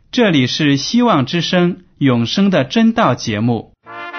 这里是希望之声永生的真道节目。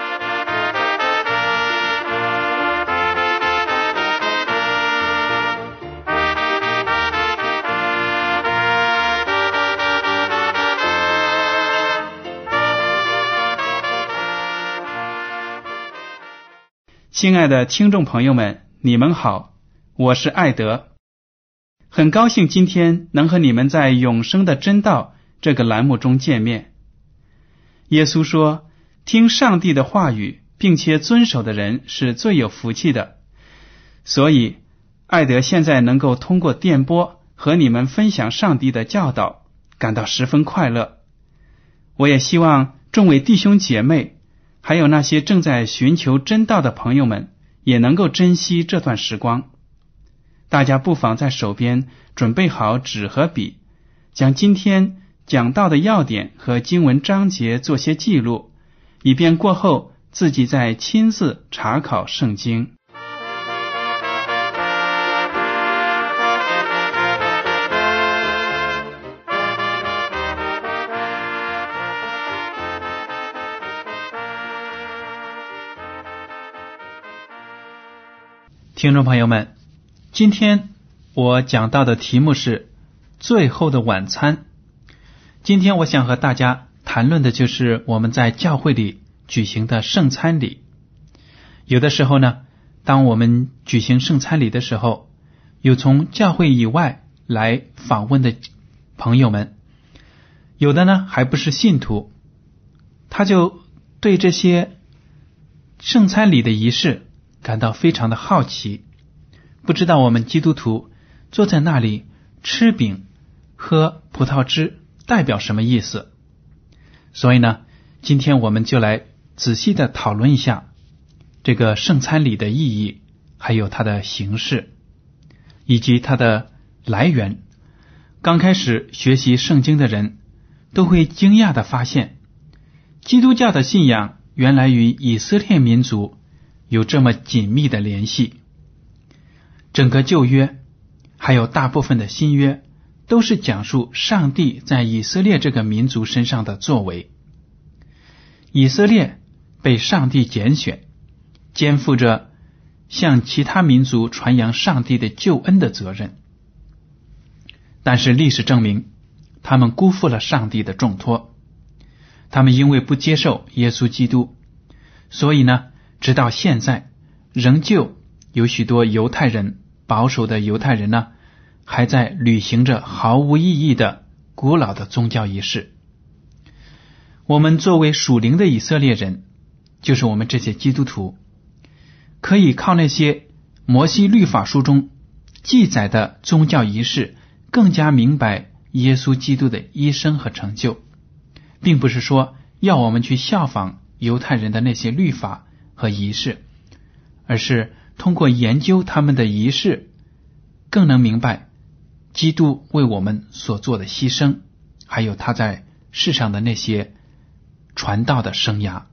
亲爱的听众朋友们，你们好，我是艾德，很高兴今天能和你们在永生的真道这个栏目中见面。耶稣说，听上帝的话语并且遵守的人是最有福气的，所以艾德现在能够通过电波和你们分享上帝的教导，感到十分快乐。我也希望众位弟兄姐妹还有那些正在寻求真道的朋友们也能够珍惜这段时光。大家不妨在手边准备好纸和笔，将今天讲到的要点和经文章节做些记录，以便过后自己再亲自查考圣经。听众朋友们，今天我讲到的题目是最后的晚餐。今天我想和大家谈论的就是我们在教会里举行的圣餐礼。有的时候呢，当我们举行圣餐礼的时候，有从教会以外来访问的朋友们，有的呢还不是信徒，他就对这些圣餐礼的仪式感到非常的好奇，不知道我们基督徒坐在那里吃饼喝葡萄汁代表什么意思。所以呢，今天我们就来仔细的讨论一下这个圣餐礼的意义，还有它的形式以及它的来源。刚开始学习圣经的人都会惊讶的发现，基督教的信仰原来与以色列民族有这么紧密的联系。整个旧约还有大部分的新约都是讲述上帝在以色列这个民族身上的作为。以色列被上帝拣选，肩负着向其他民族传扬上帝的救恩的责任，但是历史证明他们辜负了上帝的重托。他们因为不接受耶稣基督，所以呢直到现在仍旧有许多犹太人，保守的犹太人呢，还在履行着毫无意义的古老的宗教仪式。我们作为属灵的以色列人，就是我们这些基督徒，可以靠那些摩西律法书中记载的宗教仪式，更加明白耶稣基督的一生和成就，并不是说要我们去效仿犹太人的那些律法和仪式，而是通过研究他们的仪式，更能明白基督为我们所做的牺牲，还有他在世上的那些传道的生涯。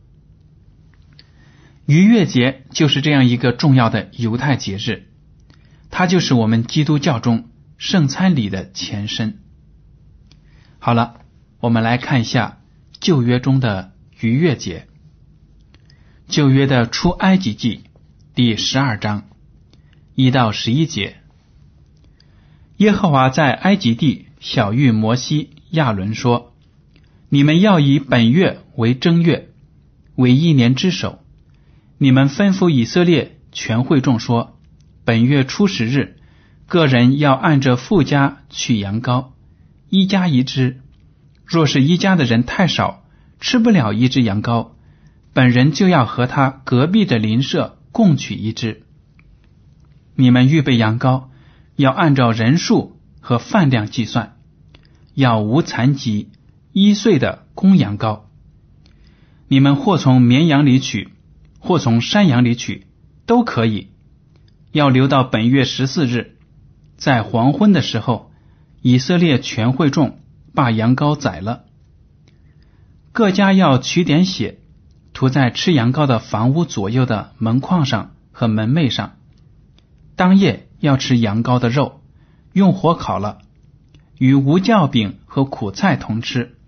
逾越节就是这样一个重要的犹太节日，它就是我们基督教中圣餐礼的前身。好了，我们来看一下旧约中的逾越节。旧约的出埃及记第12章1到11节，耶和华在埃及地晓谕摩西、亚伦说，你们要以本月为正月，为1年之首。你们吩咐以色列全会众说，本月初10日，个人要按着父家取羊羔，1家1只。若是1家的人太少，吃不了1只羊羔，本人就要和他隔壁的邻舍共取1只。你们预备羊羔，要按照人数和饭量计算，要无残疾1岁的公羊羔。你们或从绵羊里取，或从山羊里取，都可以。要留到本月14日，在黄昏的时候，以色列全会众把羊羔宰了。各家要取点血，涂在吃羊羔的房屋左右的门框上和门楣上。当夜要吃羊羔的肉，用火烤了，与无酵饼和苦菜同吃，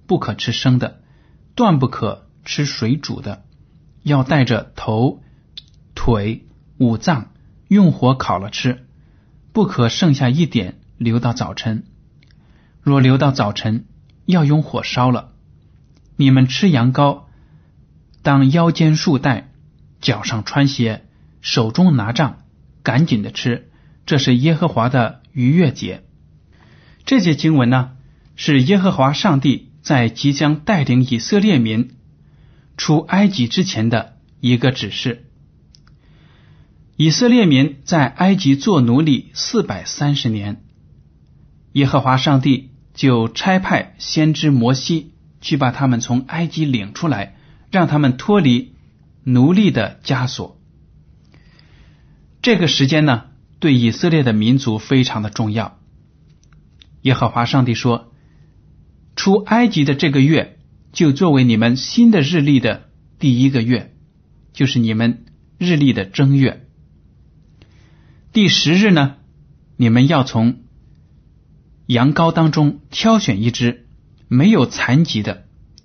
不可吃生的，断不可吃水煮的，要带着头、腿、五脏用火烤了吃，不可剩下一点留到早晨。若留到早晨，要用火烧了。你们吃羊羔，当腰间束带，脚上穿鞋，手中拿杖，赶紧的吃，这是耶和华的逾越节。这节经文呢，是耶和华上帝在即将带领以色列民出埃及之前的一个指示。以色列民在埃及做奴隶430年，耶和华上帝就差派先知摩西去把他们从埃及领出来，让他们脱离奴隶的枷锁。这个时间呢，对以色列的民族非常的重要。耶和华上帝说，出埃及的这个月就作为你们新的日历的第一个月，就是你们日历的正月。第10日呢，你们要从羊羔当中挑选一只没有残疾的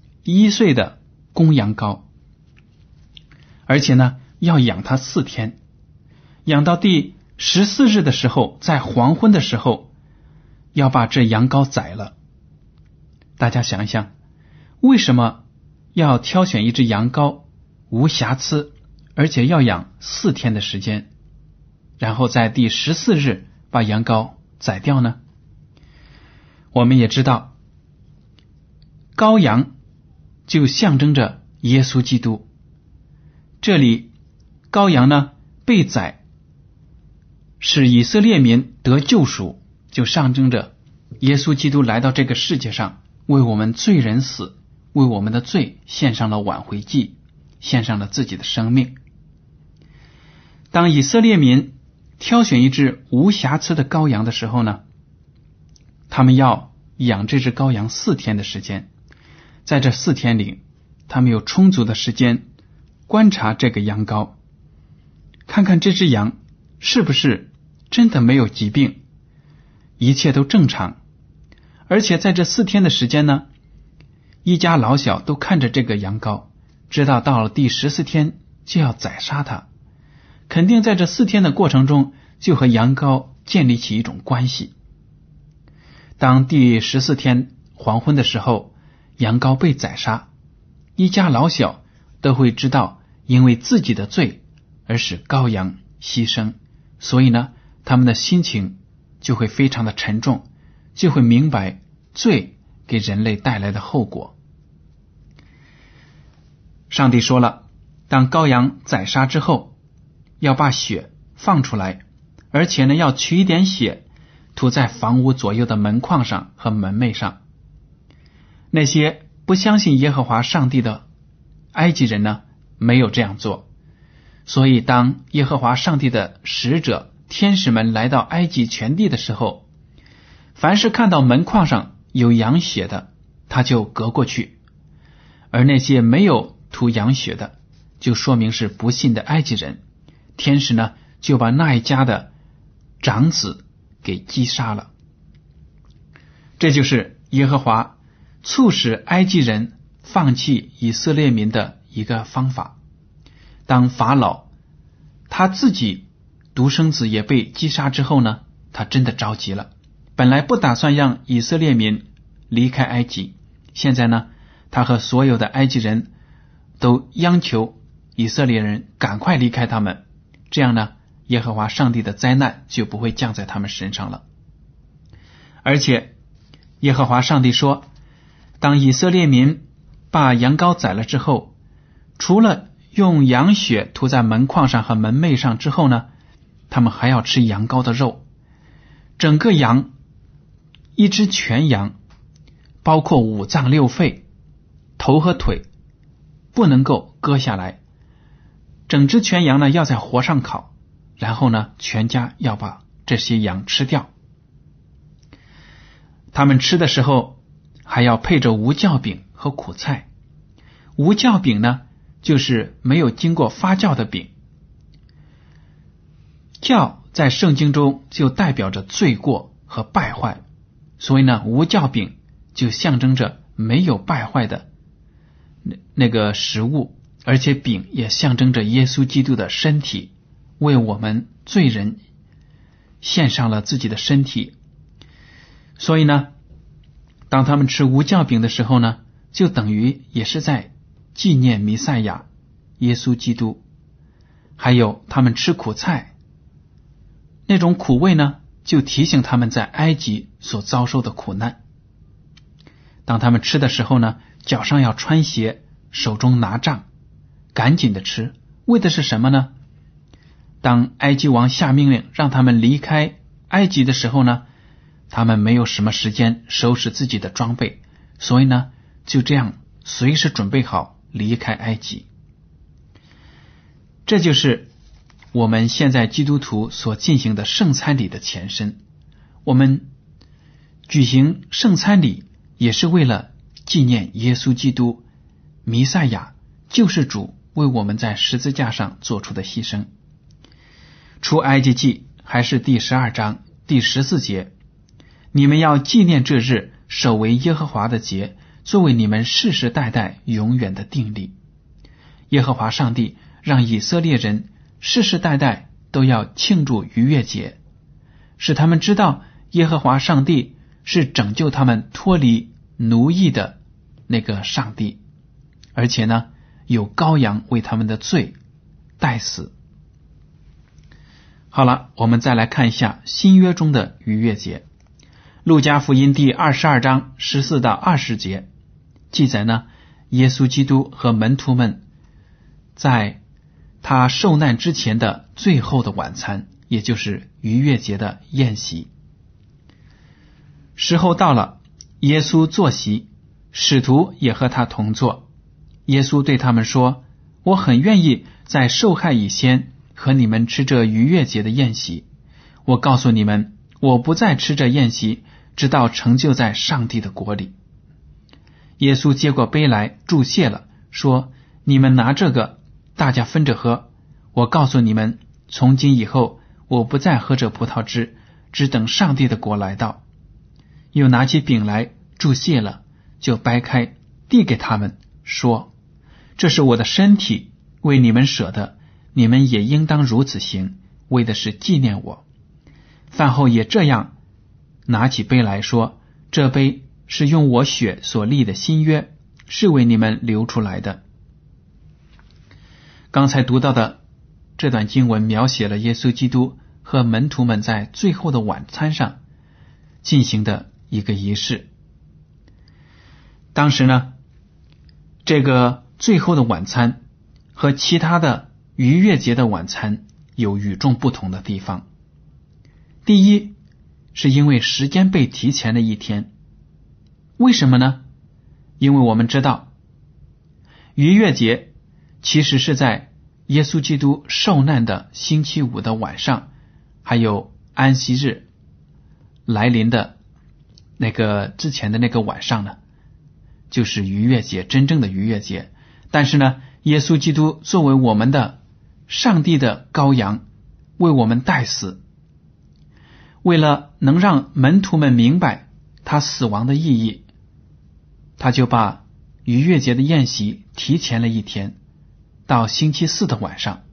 1岁的公羊羔，而且呢要养它4天，养到第14日的时候，在黄昏的时候要把这羊羔宰了。大家想一想，为什么要挑选一只羊羔无瑕疵，而且要养4天的时间，然后在第14日把羊羔宰掉呢？我们也知道，羔羊就象征着耶稣基督。这里羔羊呢被宰，使以色列民得救赎，就象征着耶稣基督来到这个世界上，为我们罪人死，为我们的罪献上了挽回祭，献上了自己的生命。当以色列民挑选一只无瑕疵的羔羊的时候呢，他们要养这只羔羊4天的时间。在这4天里，他们有充足的时间观察这个羊羔，看看这只羊是不是真的没有疾病，一切都正常。而且在这4天的时间呢，一家老小都看着这个羊羔，知道到了第14天就要宰杀它，肯定在这4天的过程中就和羊羔建立起一种关系。当第14天黄昏的时候，羊羔被宰杀，一家老小都会知道因为自己的罪而使羔羊牺牲，所以呢，他们的心情就会非常的沉重，就会明白罪给人类带来的后果。上帝说了，当羔羊宰杀之后，要把血放出来，而且呢，要取一点血涂在房屋左右的门框上和门楣上。那些不相信耶和华上帝的埃及人呢，没有这样做。所以当耶和华上帝的使者天使们来到埃及全地的时候，凡是看到门框上有羊血的，他就隔过去，而那些没有涂羊血的，就说明是不信的埃及人。天使呢，就把那一家的长子给击杀了。这就是耶和华促使埃及人放弃以色列民的一个方法。当法老他自己独生子也被击杀之后呢，他真的着急了，本来不打算让以色列民离开埃及，现在呢，他和所有的埃及人都央求以色列人赶快离开他们，这样呢，耶和华上帝的灾难就不会降在他们身上了。而且耶和华上帝说，当以色列民把羊羔宰了之后，除了用羊血涂在门框上和门楣上之后呢，他们还要吃羊羔的肉。整个羊，一只全羊，包括五脏六肺、头和腿，不能够割下来。整只全羊呢，要在火上烤，然后呢，全家要把这些羊吃掉。他们吃的时候还要配着无酵饼和苦菜。无酵饼呢，就是没有经过发酵的饼。酵在圣经中就代表着罪过和败坏，所以呢，无酵饼就象征着没有败坏的那个食物，而且饼也象征着耶稣基督的身体，为我们罪人献上了自己的身体。所以呢，当他们吃无酵饼的时候呢，就等于也是在纪念弥赛亚耶稣基督。还有他们吃苦菜，那种苦味呢，就提醒他们在埃及所遭受的苦难。当他们吃的时候呢，脚上要穿鞋，手中拿杖，赶紧的吃，为的是什么呢？当埃及王下命令让他们离开埃及的时候呢，他们没有什么时间收拾自己的装备，所以呢，就这样随时准备好离开埃及。这就是我们现在基督徒所进行的圣餐礼的前身。我们举行圣餐礼也是为了纪念耶稣基督弥赛亚救世主为我们在十字架上做出的牺牲。出埃及记还是第12章第14节，你们要纪念这日，守为耶和华的节，作为你们世世代代永远的定例。耶和华上帝让以色列人世世代代都要庆祝逾越节，使他们知道耶和华上帝是拯救他们脱离奴役的那个上帝，而且呢，有羔羊为他们的罪代死。好了，我们再来看一下新约中的逾越节。路加福音第22章14到20节记载呢，耶稣基督和门徒们在他受难之前的最后的晚餐，也就是逾越节的宴席。时候到了，耶稣坐席，使徒也和他同坐。耶稣对他们说，我很愿意在受害以先和你们吃这逾越节的宴席。我告诉你们，我不再吃这宴席，直到成就在上帝的国里。耶稣接过杯来，祝谢了，说，你们拿这个，大家分着喝。我告诉你们，从今以后，我不再喝这葡萄汁，只等上帝的国来到。又拿起饼来，祝谢了，就掰开，递给他们，说，这是我的身体，为你们舍的，你们也应当如此行，为的是纪念我。饭后也这样，拿起杯来说，这杯是用我血所立的新约，是为你们流出来的。刚才读到的这段经文描写了耶稣基督和门徒们在最后的晚餐上进行的一个仪式。当时呢，这个最后的晚餐和其他的逾越节的晚餐有与众不同的地方。第一，是因为时间被提前了一天。为什么呢？因为我们知道逾越节其实是在耶稣基督受难的星期五的晚上，还有安息日来临的那个之前的那个晚上呢，就是逾越节，真正的逾越节。但是呢，耶稣基督作为我们的上帝的羔羊，为我们代死，为了能让门徒们明白他死亡的意义，他就把逾越节的宴席提前了一天，到星期四的晚上。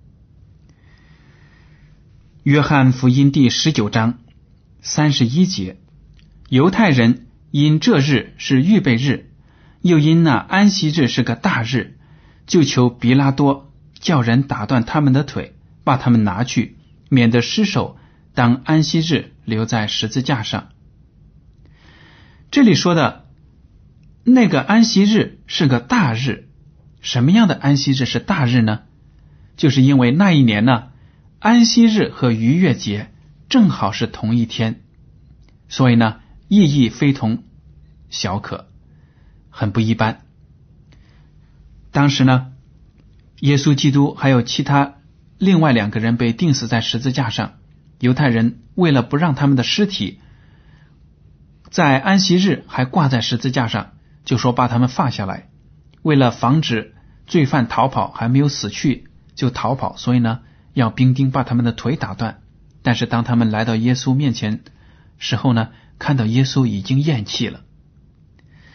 约翰福音第19章31节，犹太人因这日是预备日，又因那安息日是个大日，就求彼拉多叫人打断他们的腿，把他们拿去，免得尸首当安息日留在十字架上。这里说的那个安息日是个大日，什么样的安息日是大日呢？就是因为那一年呢，安息日和逾越节正好是同一天，所以呢，意义非同小可，很不一般。当时呢，耶稣基督还有其他另外2个人被钉死在十字架上，犹太人为了不让他们的尸体在安息日还挂在十字架上，就说把他们放下来，为了防止罪犯逃跑，还没有死去就逃跑，所以呢，要兵丁把他们的腿打断。但是当他们来到耶稣面前时候呢，看到耶稣已经咽气了。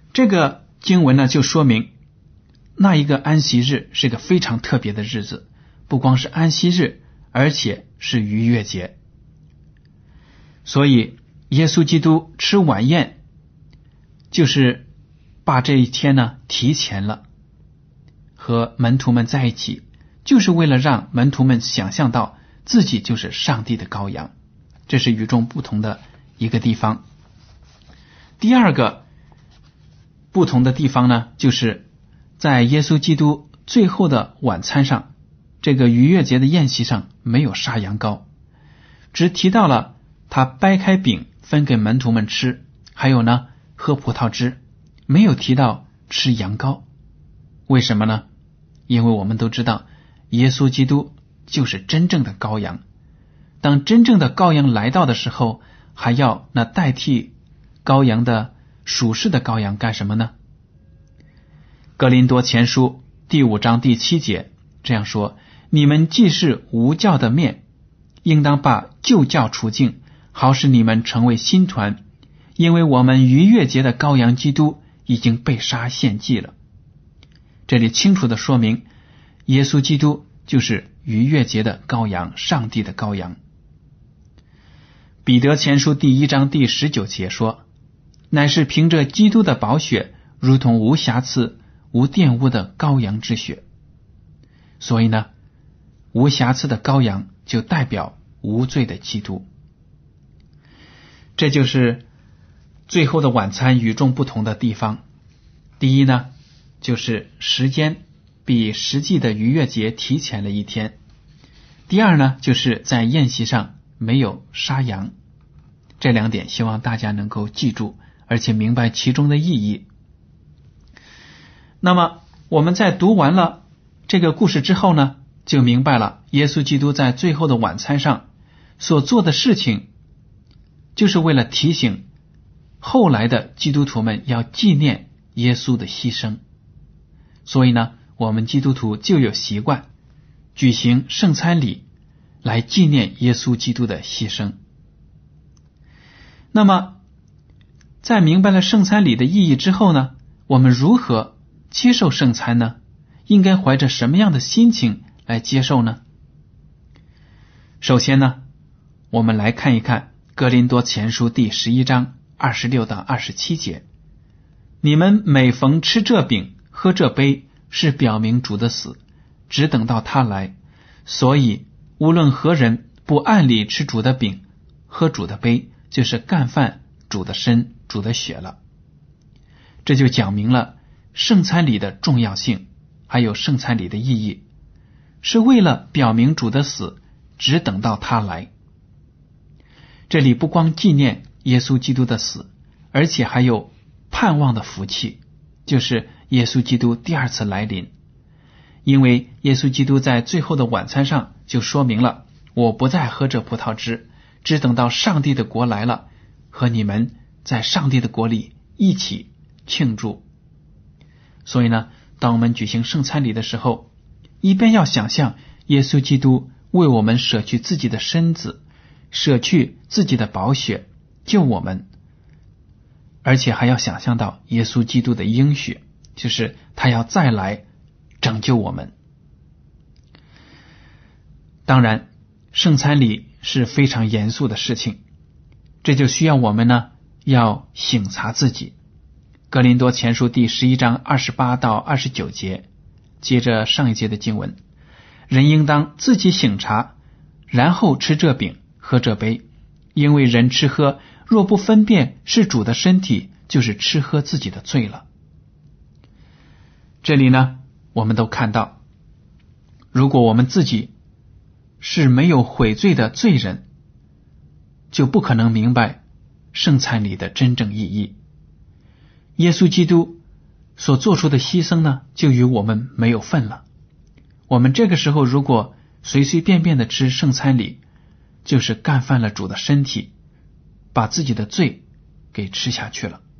这个经文呢就说明那一个安息日是个非常特别的日子，不光是安息日，而且是逾越节。所以耶稣基督吃晚宴就是把这一天呢提前了，和门徒们在一起，就是为了让门徒们想象到自己就是上帝的羔羊。这是与众不同的一个地方。第二个不同的地方呢，就是在耶稣基督最后的晚餐上，这个逾越节的宴席上没有杀羊羔，只提到了他掰开饼分给门徒们吃，还有呢喝葡萄汁，没有提到吃羊羔。为什么呢？因为我们都知道耶稣基督就是真正的羔羊，当真正的羔羊来到的时候，还要那代替羔羊的属世的羔羊干什么呢？哥林多前书第5章第7节这样说：你们既是无酵的面，应当把旧酵除净，好使你们成为新团，因为我们逾越节的羔羊基督已经被杀献祭了。这里清楚地说明耶稣基督就是逾越节的羔羊，上帝的羔羊。彼得前书第1章第19节说：乃是凭着基督的宝血，如同无瑕疵无玷污的羔羊之血。所以呢，无瑕疵的羔羊就代表无罪的基督。这就是最后的晚餐与众不同的地方。第一呢，就是时间比实际的逾越节提前了一天。第二呢，就是在宴席上没有杀羊。这两点希望大家能够记住，而且明白其中的意义。那么我们在读完了这个故事之后呢，就明白了耶稣基督在最后的晚餐上所做的事情，就是为了提醒后来的基督徒们要纪念耶稣的牺牲。所以呢，我们基督徒就有习惯举行圣餐礼来纪念耶稣基督的牺牲。那么在明白了圣餐礼的意义之后呢，我们如何接受圣餐呢？应该怀着什么样的心情来接受呢？首先呢，我们来看一看哥林多前书第11章26到27节。你们每逢吃这饼喝这杯，是表明主的死，只等到他来。所以无论何人不按理吃主的饼喝主的杯，就是干犯主的身主的血了。这就讲明了圣餐礼的重要性，还有圣餐礼的意义，是为了表明主的死，只等到他来。这里不光纪念耶稣基督的死，而且还有盼望的福气，就是耶稣基督第二次来临。因为耶稣基督在最后的晚餐上就说明了，我不再喝这葡萄汁，只等到上帝的国来了，和你们在上帝的国里一起庆祝。所以呢，当我们举行圣餐礼的时候，一边要想象耶稣基督为我们舍去自己的身子，舍去自己的宝血救我们，而且还要想象到耶稣基督的应许，就是他要再来拯救我们。当然圣餐礼是非常严肃的事情，这就需要我们呢要省察自己。哥林多前书第11章28到29节，接着上一节的经文，人应当自己省察，然后吃这饼喝这杯，因为人吃喝若不分辨是主的身体，就是吃喝自己的罪了。这里呢，我们都看到，如果我们自己是没有悔罪的罪人，就不可能明白圣餐礼的真正意义。耶稣基督所做出的牺牲呢，就与我们没有份了。我们这个时候如果随随便便的吃圣餐礼，就是干犯了主的身体，把自己的罪给吃下去了。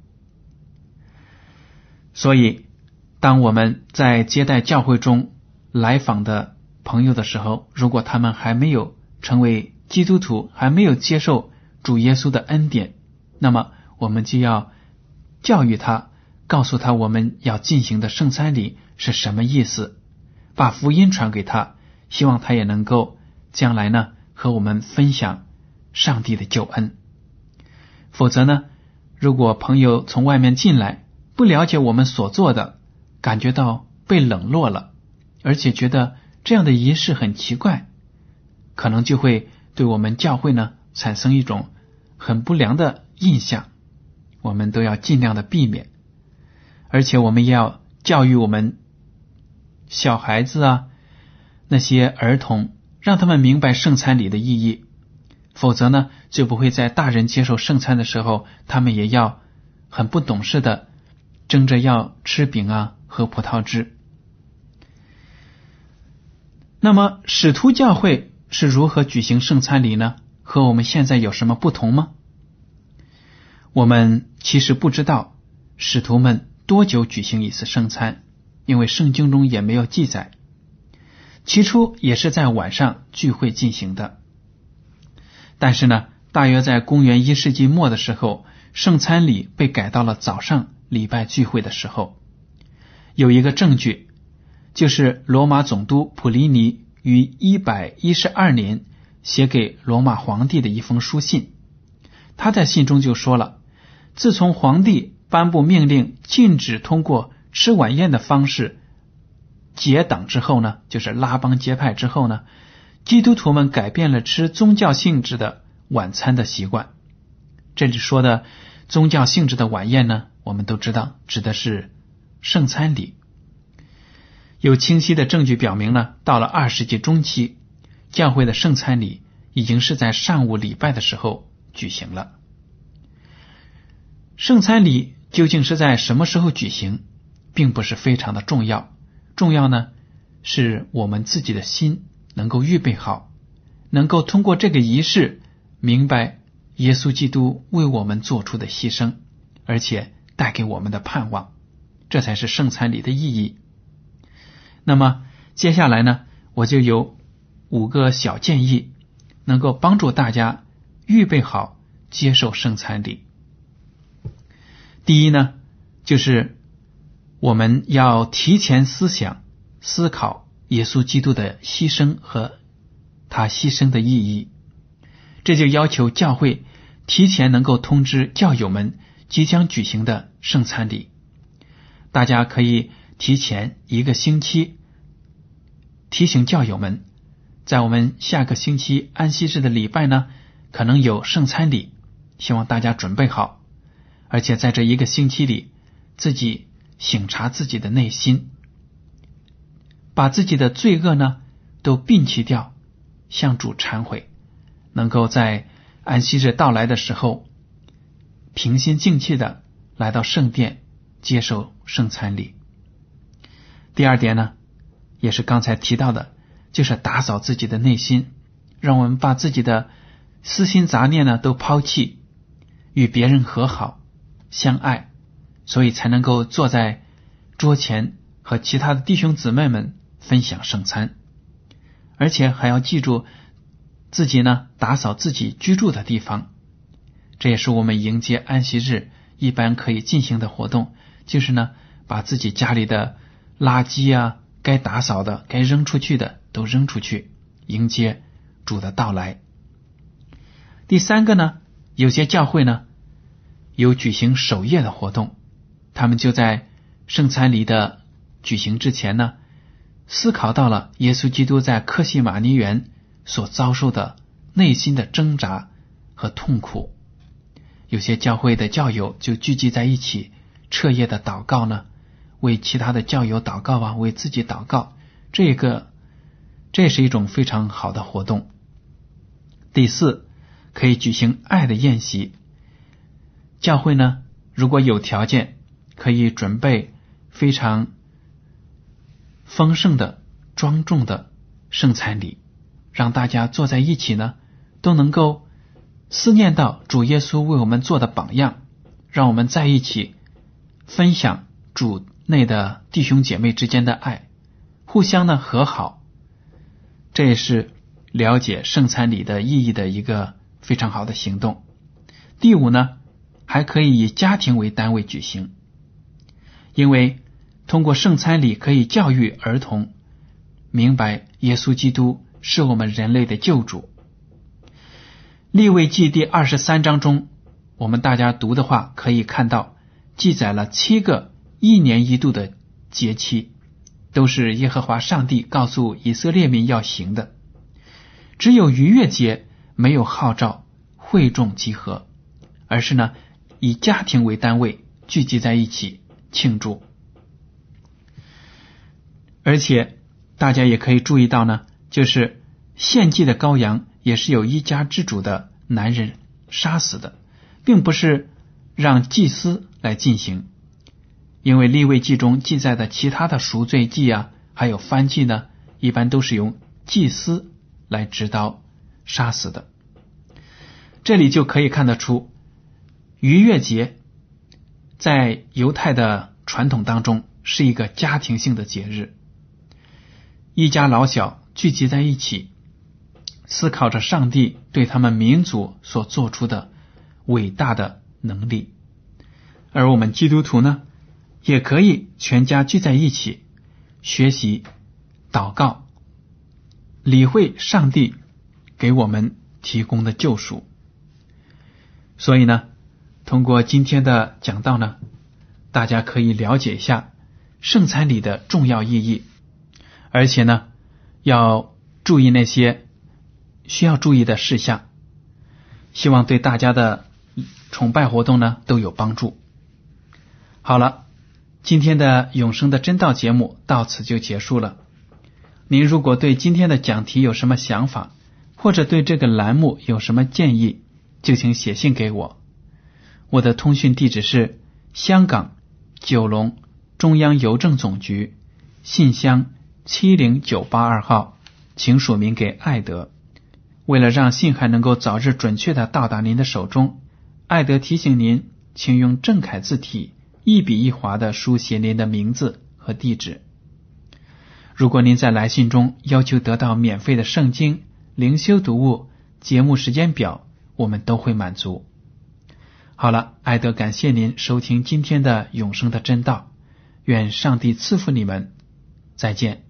所以当我们在接待教会中来访的朋友的时候，如果他们还没有成为基督徒，还没有接受主耶稣的恩典，那么我们就要教育他， 告诉他我们要进行的圣餐礼是什么意思，把福音传给他，希望他也能够将来呢和我们分享上帝的救恩。否则呢，如果朋友从外面进来，不了解我们所做的，感觉到被冷落了，而且觉得这样的仪式很奇怪，可能就会对我们教会呢产生一种很不良的印象，我们都要尽量的避免。而且我们也要教育我们小孩子啊，那些儿童，让他们明白圣餐礼的意义，否则呢就不会在大人接受圣餐的时候，他们也要很不懂事的争着要吃饼啊，喝葡萄汁。那么使徒教会是如何举行圣餐礼呢？和我们现在有什么不同吗？我们其实不知道使徒们多久举行一次圣餐，因为圣经中也没有记载。起初也是在晚上聚会进行的，但是呢，大约在公元1世纪末的时候，圣餐礼被改到了早上礼拜聚会的时候。有一个证据，就是罗马总督普利尼于112年写给罗马皇帝的一封书信。他在信中就说了，自从皇帝颁布命令禁止通过吃晚宴的方式结党之后呢，就是拉帮结派之后呢，基督徒们改变了吃宗教性质的晚餐的习惯。这里说的宗教性质的晚宴呢，我们都知道指的是圣餐礼。有清晰的证据表明呢，到了2世纪中期，教会的圣餐礼已经是在上午礼拜的时候举行了。圣餐礼究竟是在什么时候举行，并不是非常的重要，重要呢是我们自己的心能够预备好，能够通过这个仪式明白耶稣基督为我们做出的牺牲，而且带给我们的盼望，这才是圣餐礼的意义。那么接下来呢，我就有5个小建议，能够帮助大家预备好接受圣餐礼。第一呢，就是我们要提前思考耶稣基督的牺牲和他牺牲的意义。这就要求教会提前能够通知教友们即将举行的圣餐礼。大家可以提前1个星期提醒教友们，在我们下个星期安息日的礼拜呢，可能有圣餐礼，希望大家准备好。而且在这1个星期里，自己省察自己的内心，把自己的罪恶呢都摒弃掉，向主忏悔，能够在安息日到来的时候平心静气的来到圣殿接受圣餐礼。第2点呢，也是刚才提到的，就是打扫自己的内心，让我们把自己的私心杂念呢都抛弃，与别人和好相爱，所以才能够坐在桌前和其他的弟兄姊妹们分享圣餐。而且还要记住自己呢打扫自己居住的地方，这也是我们迎接安息日一般可以进行的活动，就是呢把自己家里的垃圾啊，该打扫的该扔出去的都扔出去，迎接主的到来。第3个呢，有些教会呢有举行守夜的活动，他们就在圣餐礼的举行之前呢，思考到了耶稣基督在客西马尼园所遭受的内心的挣扎和痛苦。有些教会的教友就聚集在一起，彻夜的祷告呢，为其他的教友祷告啊，为自己祷告，这是一种非常好的活动。第4，可以举行爱的宴席。教会呢，如果有条件，可以准备非常丰盛的庄重的圣餐礼，让大家坐在一起呢，都能够思念到主耶稣为我们做的榜样，让我们在一起分享主内的弟兄姐妹之间的爱，互相呢和好。这也是了解圣餐礼的意义的一个非常好的行动。第5呢，还可以以家庭为单位举行。 因为通过圣餐礼可以教育儿童明白耶稣基督是我们人类的救主。利未记第23章中，我们大家读的话可以看到记载了7个1年1度的节期，都是耶和华上帝告诉以色列民要行的。只有逾越节没有号召会众集合，而是呢以家庭为单位聚集在一起庆祝。而且大家也可以注意到呢，就是献祭的羔羊也是有一家之主的男人杀死的，并不是让祭司来进行。因为利未记中记载的其他的赎罪祭啊，还有燔祭呢，一般都是由祭司来执刀杀死的。这里就可以看得出，逾越节在犹太的传统当中是一个家庭性的节日，一家老小聚集在一起，思考着上帝对他们民族所做出的伟大的能力。而我们基督徒呢，也可以全家聚在一起学习祷告，理会上帝给我们提供的救赎。所以呢，通过今天的讲道呢，大家可以了解一下圣餐礼的重要意义，而且呢要注意那些需要注意的事项，希望对大家的崇拜活动呢都有帮助。好了，今天的永生的真道节目到此就结束了。您如果对今天的讲题有什么想法，或者对这个栏目有什么建议，就请写信给我。我的通讯地址是香港九龙中央邮政总局信箱70982号，请署名给艾德。为了让信函能够早日准确地到达您的手中，艾德提醒您，请用正楷字体一笔一划地书写您的名字和地址。如果您在来信中要求得到免费的圣经、灵修读物、节目时间表，我们都会满足。好了，艾德感谢您收听今天的永生的真道，愿上帝赐福你们，再见。